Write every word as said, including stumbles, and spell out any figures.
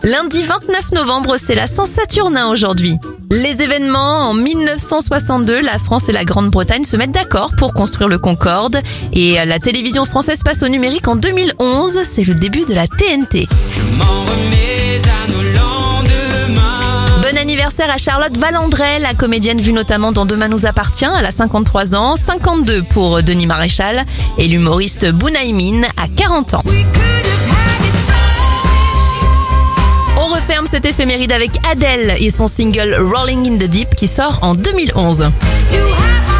Lundi vingt-neuf novembre, c'est la Saint-Saturnin aujourd'hui. Les événements, en mille neuf cent soixante-deux, la France et la Grande-Bretagne se mettent d'accord pour construire le Concorde. Et la télévision française passe au numérique en deux mille onze, c'est le début de la T N T. Je m'en remets à nos lendemains. Bon anniversaire à Charlotte Valandrey, la comédienne vue notamment dans Demain nous appartient, elle a cinquante-trois ans, cinquante-deux pour Denis Maréchal, et l'humoriste Bounaïmin a quarante ans. On referme cette éphéméride avec Adele et son single Rolling in the Deep qui sort en deux mille onze. You have